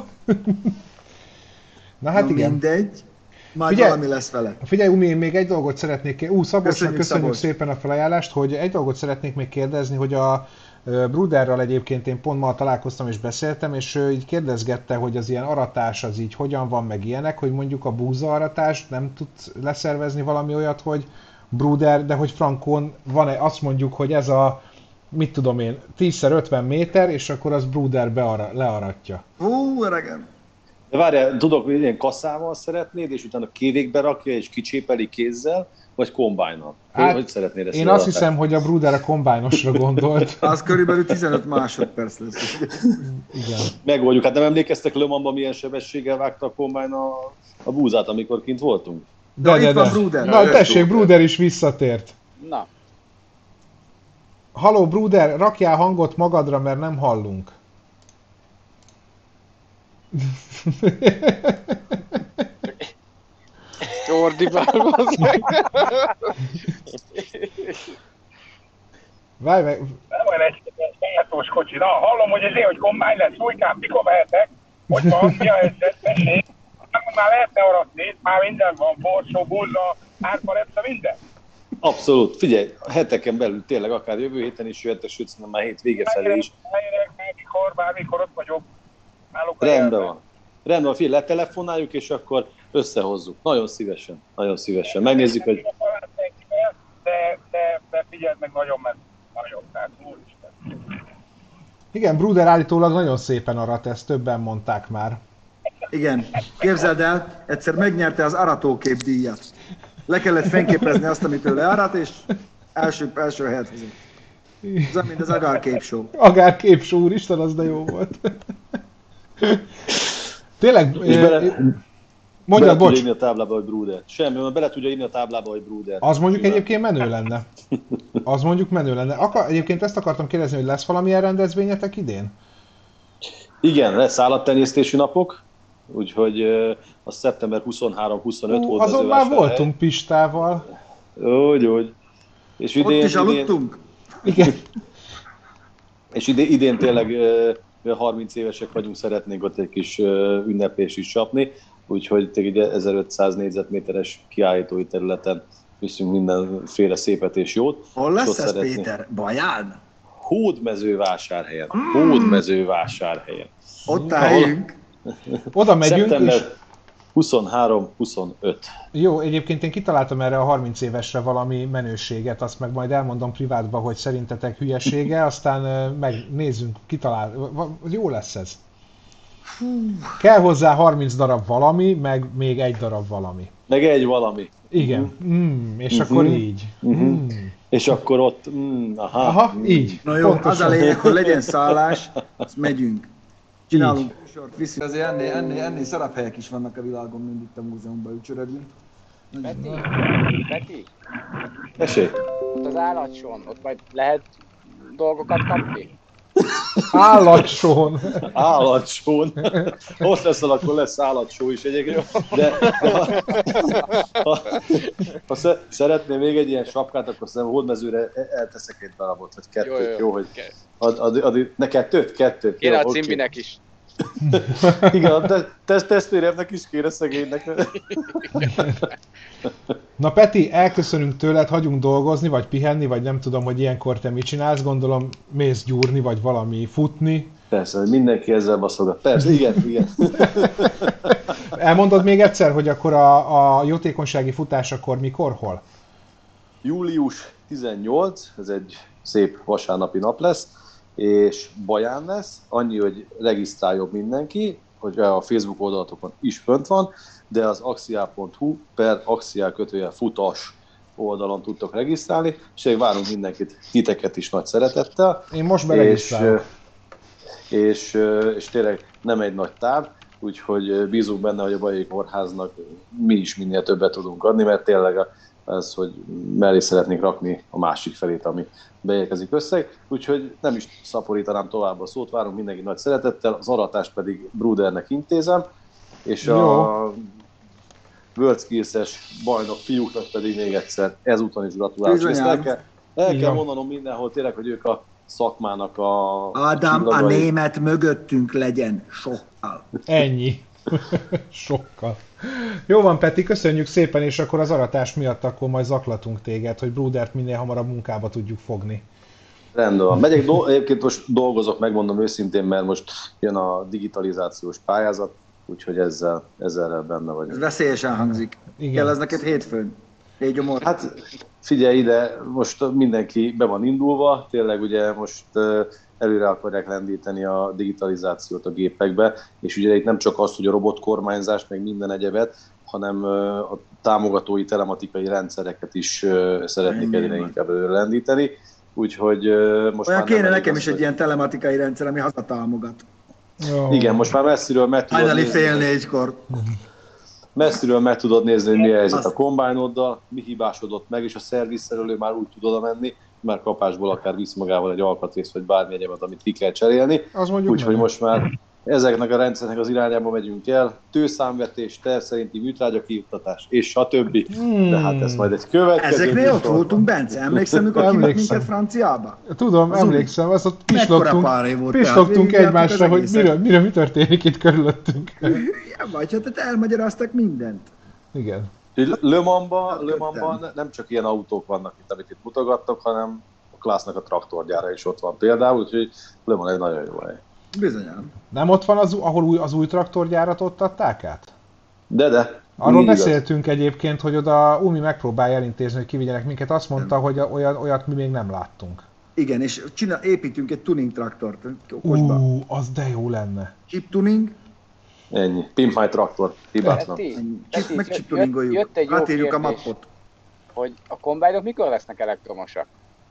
Na hát igen. Mindegy. Majd valami lesz vele. Figyelj, Umi, én még egy dolgot szeretnék... Szabolcsnak köszönjük Szabolcs. szépen a felajánlást, hogy egy dolgot szeretnék még kérdezni, hogy a Bruderral egyébként én pont ma találkoztam és beszéltem, és ő így kérdezgette, hogy az ilyen aratás az így hogyan van, meg ilyenek, hogy mondjuk a búzaaratást nem tud leszervezni valami olyat, hogy Bruder, de hogy Frankon van-e, azt mondjuk, hogy ez a, mit tudom én, 10x50 méter, és akkor az Bruder learatja. Hú, öregem! De várjál, tudok, hogy ilyen kasszával szeretnéd, és utána kévékbe rakja, és kicsépeli kézzel, vagy kombájnnal? Hát, hogy szeretnéd ezt? Én azt hiszem, hogy a Bruder a kombájnosra gondolt. Az körülbelül 15 másodperc lesz. Igen. Megoldjuk. Hát nem emlékeztek Le Mansban milyen sebességgel vágta a kombájn a búzát, amikor kint voltunk? De. Itt van Bruder. Na tessék, Bruder is visszatért. Na, Halló Bruder, rakjál hangot magadra, mert nem hallunk. Ordibálva. Várj meg, Nem olyan egy sajátós kocsi. Na, hallom, hogy ezért, hogy kombány lesz, újkám, mikor vehetek? Hogy van, mi a helyzet? Tessék? Már lehetne aratni, már minden van, borsó, burza, árparepsze, minden. Abszolút. Figyelj, a heteken belül tényleg akár jövő héten is jöhetek, sőt, szerintem már hét vége felé is. Bármikor ott vagyok. Rendben van. Rendben van, figyelj, letelefonáljuk, és akkor összehozzuk. Nagyon szívesen, nagyon szívesen. Megnézzük, hogy... De figyeld meg, nagyon messze. Nagyon, tehát úristen. igen, Bruder állítólag nagyon szépen arat, ezt többen mondták már. Igen, képzeld el, egyszer megnyerte az aratókép díjat. Le kellett fényképezni azt, amit ő learat, és első helyet hozott. Ez mint az Agár képshow. Agár képshow, úristen, az de jó volt. Tényleg, mondjad, bocs. Írni a táblába, hogy Bruder. Semmi, mert bele tudja írni a táblába, hogy Bruder. Az mondjuk egyébként menő lenne. Az mondjuk menő lenne. Egyébként ezt akartam kérdezni, hogy lesz valamilyen rendezvényetek idén? Igen, lesz állattenyésztési napok, úgyhogy az szeptember 23-25 volt. Azon már voltunk Pistával. Úgy. És Ott is aludtunk? Igen. És idén tényleg 30 évesek vagyunk, szeretnénk ott egy kis ünneplést is csapni, úgyhogy egy 1500 négyzetméteres kiállítói területen viszünk mindenféle szépet és jót. Hol lesz ez, Péter? Baján? Hódmezővásárhelyen. Hódmezővásárhelyen. Ott a helyünk. Oda megyünk, Szeptember és... 23-25. Jó, egyébként én kitaláltam erre a 30 évesre valami menőséget, azt meg majd elmondom privátban, hogy szerintetek hülyesége, aztán megnézzünk, jó lesz ez. Kell hozzá 30 darab valami, meg még egy darab valami. Meg egy valami. Igen, és akkor így. És akkor ott, aha, így. Na jó, pontosan. Az a lényeg, hogy legyen szállás, azt megyünk. Csinálunk sort, viszünk. Azért ennél szarabb helyek is vannak a világon, mint itt a múzeumban ücsörögünk. Peti? Esély. Ott az állatson, ott majd lehet dolgokat kapni? Állatsón. Állatsón. Ott leszel, akkor lesz állatsó is egyébként. De ha szeretnél még egy ilyen sapkát, akkor szerintem Hódmezőre elteszek egy darabot, vagy kettőt. Jó, hogy ne kettőt. Kéne a Cimbinek is. Igen, de testvéremnek is kéne szegénynek. Na Peti, elköszönünk tőled, hagyunk dolgozni, vagy pihenni, vagy nem tudom, hogy ilyenkor te mit csinálsz, gondolom mész gyúrni, vagy valami futni. Persze, mindenki ezzel baszogat. Persze, igen. Elmondod még egyszer, hogy akkor a jótékonysági futás akkor mikor, hol? Július 18, ez egy szép vasárnapi nap lesz, és Baján lesz, annyi, hogy regisztráljon mindenki, hogy a Facebook oldalatokon is fönt van, de az axial.hu/axial-futas oldalon tudtok regisztrálni, és várunk mindenkit, titeket is nagy szeretettel. Én most beregisztrálok. És tényleg nem egy nagy táv, úgyhogy bízunk benne, hogy a Bajai Kórháznak mi is minél többet tudunk adni, mert tényleg az, hogy mellé szeretnénk rakni a másik felét, ami beérkezik összeg. Úgyhogy nem is szaporítanám tovább a szót, várunk mindenki nagy szeretettel, az aratást pedig Brudernek intézem, és a World Skills-es bajnok fiúknak pedig még egyszer ezúton is gratulálok. El kell mondanom mindenhol tényleg, hogy ők a szakmának a... Ádám, a német mögöttünk legyen sokkal. Ennyi. Sokkal. Jó van, Peti, köszönjük szépen, és akkor az aratás miatt akkor majd zaklatunk téged, hogy Brudert minél hamarabb munkába tudjuk fogni. Rendben van. Egyébként most dolgozok, megmondom őszintén, mert most jön a digitalizációs pályázat, úgyhogy ezzel benne vagyok. Ez veszélyesen hangzik. Igen. Kell ez neked hétfőn? Hát figyelj ide, most mindenki be van indulva, tényleg ugye most előre akarják lendíteni a digitalizációt a gépekbe, és ugye itt nem csak az, hogy a robotkormányzást, meg minden egyebet, hanem a támogatói telematikai rendszereket is szeretnék egyre inkább előre lendíteni, úgyhogy most olyan már kéne nekem is egy ilyen telematikai rendszer, ami hazatámogat. Igen, most már messziről meg tudod nézni. Fél négykor. Messziről meg tudod nézni, hogy mi a helyzet a kombájnoddal, mi hibásodott meg, és a szervizszerelő már úgy tud oda menni, már kapásból akár visz magával egy alkatrészt, vagy bármi egyemet, amit ki kell cserélni. Úgyhogy most már ezeknek a rendszernek az irányába megyünk el. Tőszámvetés, terv szerinti műtrágyakiuttatás, és stb. De hát ez majd egy következő... Ezeknél ott voltunk, Bence, emlékszem, amikor kívánk minket franciába? Tudom, emlékszem, azt ott pislogtunk egymásra, hogy mi történik itt körülöttünk. Ja, vagy hát elmagyaráztak mindent. Igen. Le Mansban nem csak ilyen autók vannak itt, amit itt mutogattok, hanem a Classnak a traktorgyára is ott van például, úgyhogy Le Mans egy nagyon jó hely. Bizonyám. Nem ott van, ahol az új traktorgyárat ott adták át? De. Arról beszéltünk egyébként, hogy oda Umi megpróbálja elintézni, hogy kivigyenek minket. Azt mondta, hogy olyat mi még nem láttunk. Igen, és építünk egy tuning traktort. Az de jó lenne. Chip tuning. Ennyi. Pimp my traktor. Hibátlan. Meg chip tuningoljuk. Átírjuk a mappot. Hogy a kombájnok mikor lesznek elektromosak?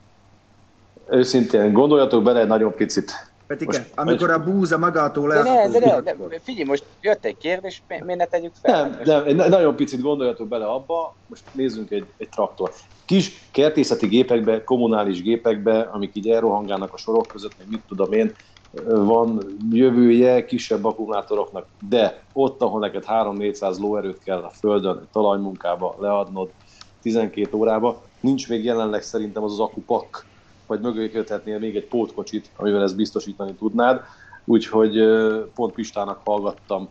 Őszintén, gondoljatok bele egy nagyon picit. Petike, amikor a búza magától lehet... De figyelj, most jött egy kérdés, miért ne tegyük fel? Nem, nagyon picit gondoljatok bele abba, most nézzünk egy traktor. Kis kertészeti gépekbe, kommunális gépekbe, amik így elrohangálnak a sorok között, meg mit tudom én, van jövője kisebb akkumulátoroknak, de ott, ahol neked 3-400 lóerőt kell a földön, talajmunkába leadnod 12 órába, nincs még jelenleg szerintem az akupak, vagy mögé köthetnél még egy pótkocsit, amivel ezt biztosítani tudnád. Úgyhogy pont Pistának hallgattam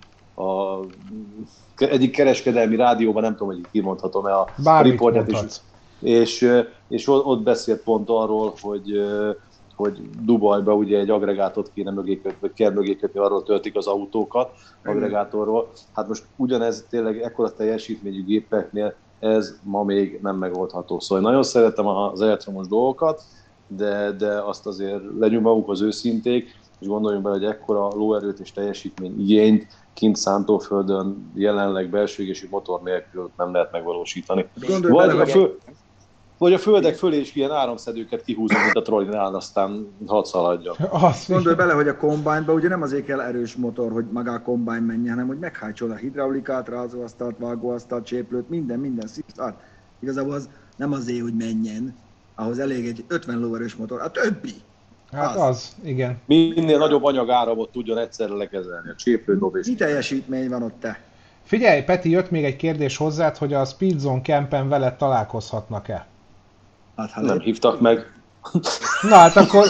egyik kereskedelmi rádióban, nem tudom, hogy kimondhatom-e a riportját is. És ott beszélt pont arról, hogy Dubajba ugye egy agregátot kéne mögé kötni, vagy kell mögé kötni, arról töltik az autókat, agregátorról. Hát most ugyanez tényleg ekkora teljesítményű gépeknél ez ma még nem megoldható. Szóval nagyon szeretem az elektromos dolgokat, de azt azért legyünk magukhoz őszinték, és gondoljunk bele, hogy ekkora lóerőt és teljesítmény igényt kint Szántóföldön jelenleg belső égésű motor nélkül nem lehet megvalósítani. Vagy a földek fölé is ilyen áramszedőket kihúzunk, mint a trollinál, aztán hadd szaladjon. Gondolj bele, hogy a kombányban ugye nem azért kell erős motor, hogy maga a kombány menjen, hanem hogy meghajtsol a hidraulikát, rázóasztalt, vágóasztalt, cséplőt, minden szívszart. Igazából az nem azért, hogy menjen, ahhoz elég egy 50 lóerős motor, a többi. Hát az, igen. Minél nagyobb anyagáramot tudjon egyszerre lekezelni, a cséplődob és... Mi teljesítmény van ott te? Figyelj, Peti, jött még egy kérdés hozzád, hogy a Speedzone Campen veled találkozhatnak-e? Hát, nem hívtak meg. Na hát akkor...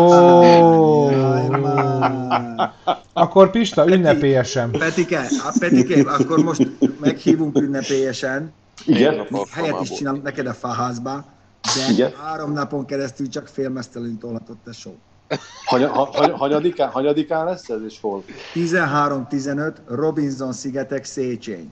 Akkor Pista, ünnepélyesen. Petike, akkor most meghívunk ünnepélyesen. Igen. Helyet is csinálunk neked a faházba, de igen. 3 napon keresztül csak félmeztelenül tolhatott a show. Hanyadikán lesz ez, és hol? 13-15 Robinson-szigetek, Széchenyi.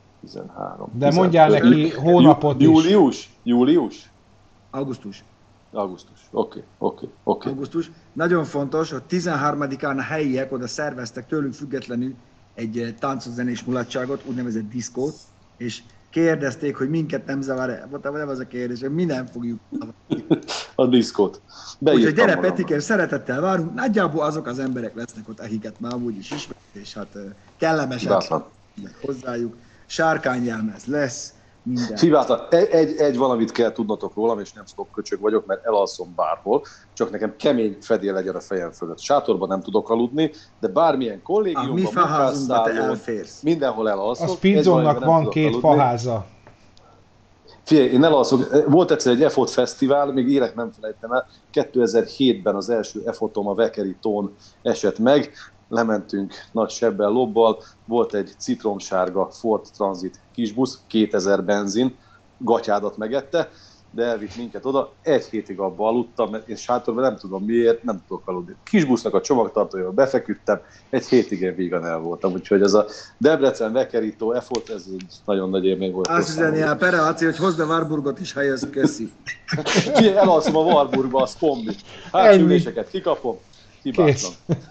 13. De mondjál neki hónapot is. Július? Augusztus. Augusztus. Oké. Augusztus. Nagyon fontos, hogy 13-án a helyiek oda szerveztek tőlünk függetlenül egy táncos-zenés mulatságot, úgynevezett diszkót, és kérdezték, hogy minket nem zavar-e. Mondtam, nem az a kérdés, hogy mi nem fogjuk A diszkót. Úgyhogy gyere Petikem, szeretettel várunk. Nagyjából azok az emberek lesznek ott, akiket már amúgy is ismerünk, és hát kellemesen hozzájuk. Sárkányjelmez lesz, minden. Fibáta, egy valamit kell tudnotok rólam, és nem szokköcsög vagyok, mert elalszom bárhol, csak nekem kemény fedél legyen a fejem fölött. Sátorban nem tudok aludni, de bármilyen kollégiumban, munkásszállón, mindenhol elalszok. A Speedzone-nak van 2 faháza. Figyelj, én elalszok. Volt egyszer egy EFOT fesztivál, még élet nem felejtem el, 2007-ben az első EFOT-om a Vekeri tón esett meg, lementünk nagy sebbel, lobbal, volt egy citromsárga Ford Transit kisbusz, 2000 benzin, gatyádat megette, de elvitt minket oda, 1 hétig abba aludtam, mert én sátorban nem tudom miért, nem tudok aludni. Kisbusznak a csomagtartójába befeküdtem, 1 hétig én vígan el voltam, úgyhogy ez a Debrecen, Vekeri tó, EFOT, ez egy nagyon nagy élmény volt. Azt üzeni a Pereáci, hogy hozd a Warburgot is, ha jössz, köszi. Elalszom a Warburgba, az kombi. Hátsüléseket kikapom, hibátlan.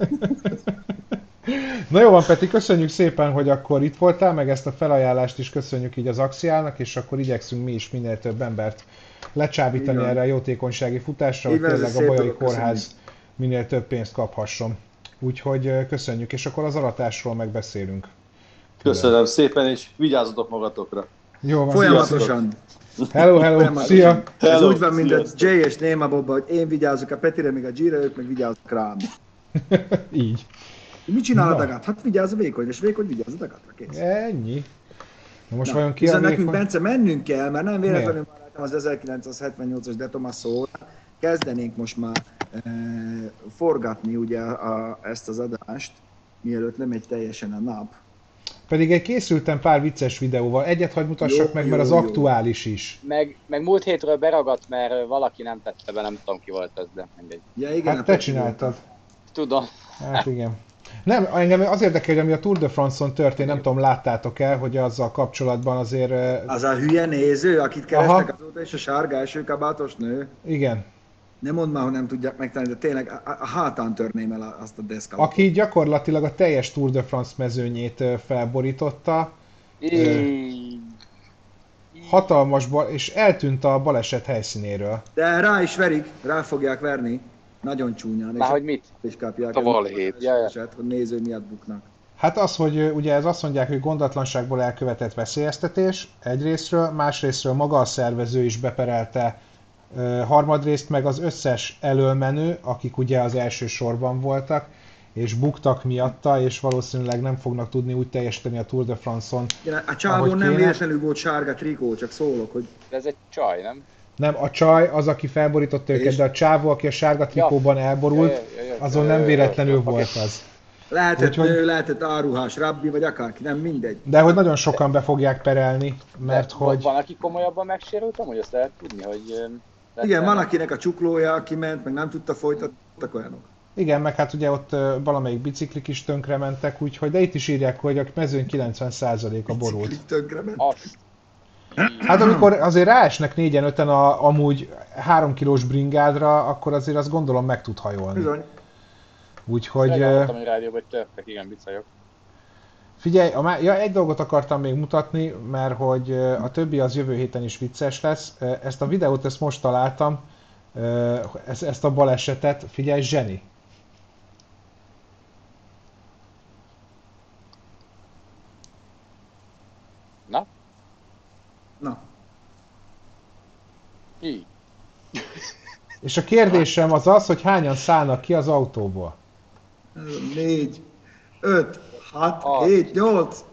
Na jó van, Peti, köszönjük szépen, hogy akkor itt voltál, meg ezt a felajánlást is köszönjük így az Axiálnak, és akkor igyekszünk mi is minél több embert lecsábítani erre a jótékonysági futásra, hogy tényleg a Bolyai Kórház minél több pénzt kaphasson. Úgyhogy köszönjük, és akkor az aratásról megbeszélünk. Köszönöm szépen, és vigyázzatok magatokra. Jó van. Folyamatosan. Hello, szia! Ez úgy van, mint a Jay és Néma Bobba, hogy én vigyázok a Petire, még a Gira, ők meg vigyázok rám. Így. Mit csinál a dagát? Hát vigyázz a vékony, és vékony vigyázz a dagatra, kész. Ennyi. Na most vajon ki a nekünk, vékony? Bence, mennünk kell, mert nem véletlenül már láttam az 1978-as De Tomaso, kezdenénk most már forgatni ugye ezt az adást, mielőtt lemegy teljesen a nap. Pedig készültem pár vicces videóval, egyet hagy mutassak meg, mert az aktuális is. Meg múlt hétről beragadt, mert valaki nem tette be, nem tudom ki volt ez, de mindegy. Ja, igen, hát te csináltad. Tudom. Hát igen. Nem, engem az érdekel, hogy ami a Tour de France-on történt, nem tudom, láttátok-e, hogy azzal kapcsolatban azért... Az a hülye néző, akit kerestek azóta, és a sárga első kabátos nő. Igen. Nem mondd már, hogy nem tudják megtalálni, de tényleg a hátán törném el azt a deszkát. Aki gyakorlatilag a teljes Tour de France mezőnyét felborította. Hatalmas és eltűnt a baleset helyszínéről. De rá is verik, rá fogják verni. Nagyon csúnyán. Már hogy mit? És kapják a balhét. Hogy néző miatt buknak. Hát az, hogy ugye ez azt mondják, hogy gondatlanságból elkövetett veszélyeztetés egyrészről, másrészről maga a szervező is beperelte, harmadrészt meg az összes elölmenő, akik ugye az első sorban voltak, és buktak miatta, és valószínűleg nem fognak tudni úgy teljesíteni a Tour de France-on. Igen, a csávon nem véletlenül volt sárga trikó, csak szólok, hogy... De ez egy csaj, nem? Nem, a csaj az, aki felborította őket, de a csávó, aki a sárga trikóban elborult, azon nem véletlenül volt az. Lehetett nő, lehetett áruhás, rabbi, vagy akárki, nem mindegy. De hogy nagyon sokan be fogják perelni, mert hogy... Van, aki komolyabban megsérült, hogy azt lehet tudni, hogy... Igen, van akinek a csuklója kiment, meg nem tudta folytatni, olyanok. Igen, meg hát ugye ott valamelyik biciklik is tönkrementek, úgyhogy, de itt is írják, hogy a mezőny 90%-a borult. Biciklik tönkrement? Hát amikor azért ráesnek 4-5-en amúgy 3 kilós bringádra, akkor azért azt gondolom meg tud hajolni. Bizony. Úgyhogy... Hallottam egy rádióban, hogy törtek, igen, bicajok. Figyelj, egy dolgot akartam még mutatni, mert hogy a többi az jövő héten is vicces lesz. Ezt a videót, ezt most találtam, ezt a balesetet, figyelj, zseni. Na? Na. Így. És a kérdésem az az, hogy hányan szállnak ki az autóból? 4, 5, 6, 7, 8.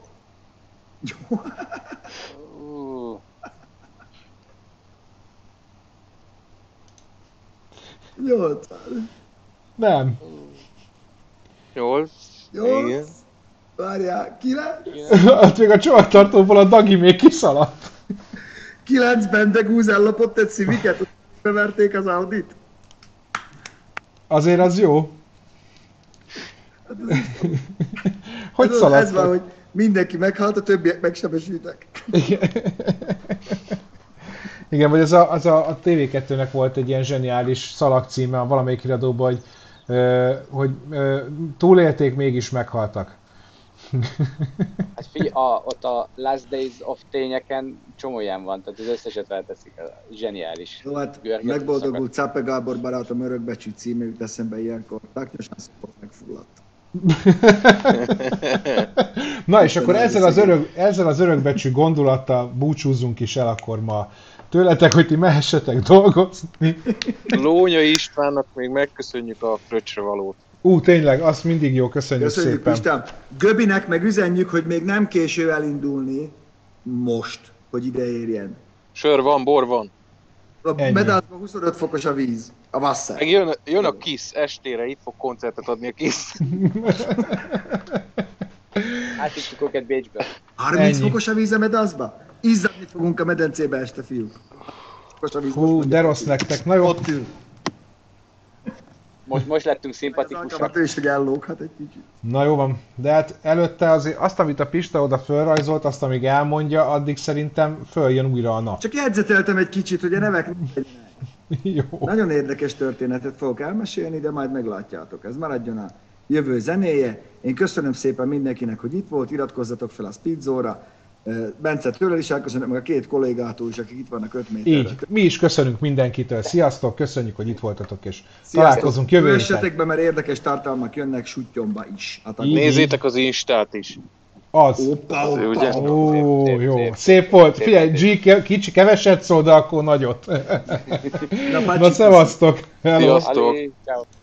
8. Nem. 8. 8. Várjál, 9. Ott még a csomagtartóból a Dagi még kiszaladt. 9-ben de Gúz ellopott egy Civic-et, beverték az Audit. Azért az jó. Hogy szaladtak? Ez van, hogy mindenki meghalt, a többiek megsebesültek. Igen, vagy a TV2-nek volt egy ilyen zseniális szalagcíme valamelyik iradóban, hogy túlélték, mégis meghaltak. Hát figyelj, ott a Last Days of tényeken csomó ilyen van, tehát az összeset felteszik, zseniális. Jó, hát megboldogult Cápe Gábor barátom Örökbecsű címe jut eszembe ilyenkor. Taknyosan szokott megfulladt. Na és akkor ezzel az örökbecsű gondolattal búcsúzzunk is el akkor ma tőletek, hogy ti mehessetek dolgozni. Lónya Istvánnak még megköszönjük a fröccsre valót. Tényleg, azt mindig jó, köszönjük szépen. Isten. Göbinek meg üzenjük, hogy még nem késő elindulni most, hogy ide érjen. Sör van, bor van. A Medázban 25 fokos a víz, a Wasser. Meg jön a Kiss estére, itt fog koncertet adni a Kiss. Átvittük őket Bécsbe. 30 fokos a víz a Medázba? Izzadni fogunk a medencébe este, fiúk. Hú, de rossz nektek, na jó. Ott ül. Most lettünk szimpatikusak. Ő is, hogy ellóghat egy kicsit. Na jó van, de hát előtte azért azt, amit a Pista oda fölrajzolt, azt amíg elmondja, addig szerintem följön újra a nap. Csak jegyzeteltem egy kicsit, hogy a nevek Jó. Nagyon érdekes történetet fogok elmesélni, de majd meglátjátok. Ez maradjon a jövő zenéje. Én köszönöm szépen mindenkinek, hogy itt volt, iratkozzatok fel a Speedzone-ra. Bence tőle is elköszönöm, meg a két kollégától is, akik itt vannak 5 méterre. Így, mi is köszönünk mindenkitől. Sziasztok, köszönjük, hogy itt voltatok, és találkozunk jövő héten. Kövessetek be, mert érdekes tartalmak jönnek Suttyomba is. Nézzétek az Instát is. Az. Opa. Ó, jó. Szép volt. Figyelj, G kicsi, keveset szól, de akkor nagyot. Na, szevasztok. Sziasztok. Ciao.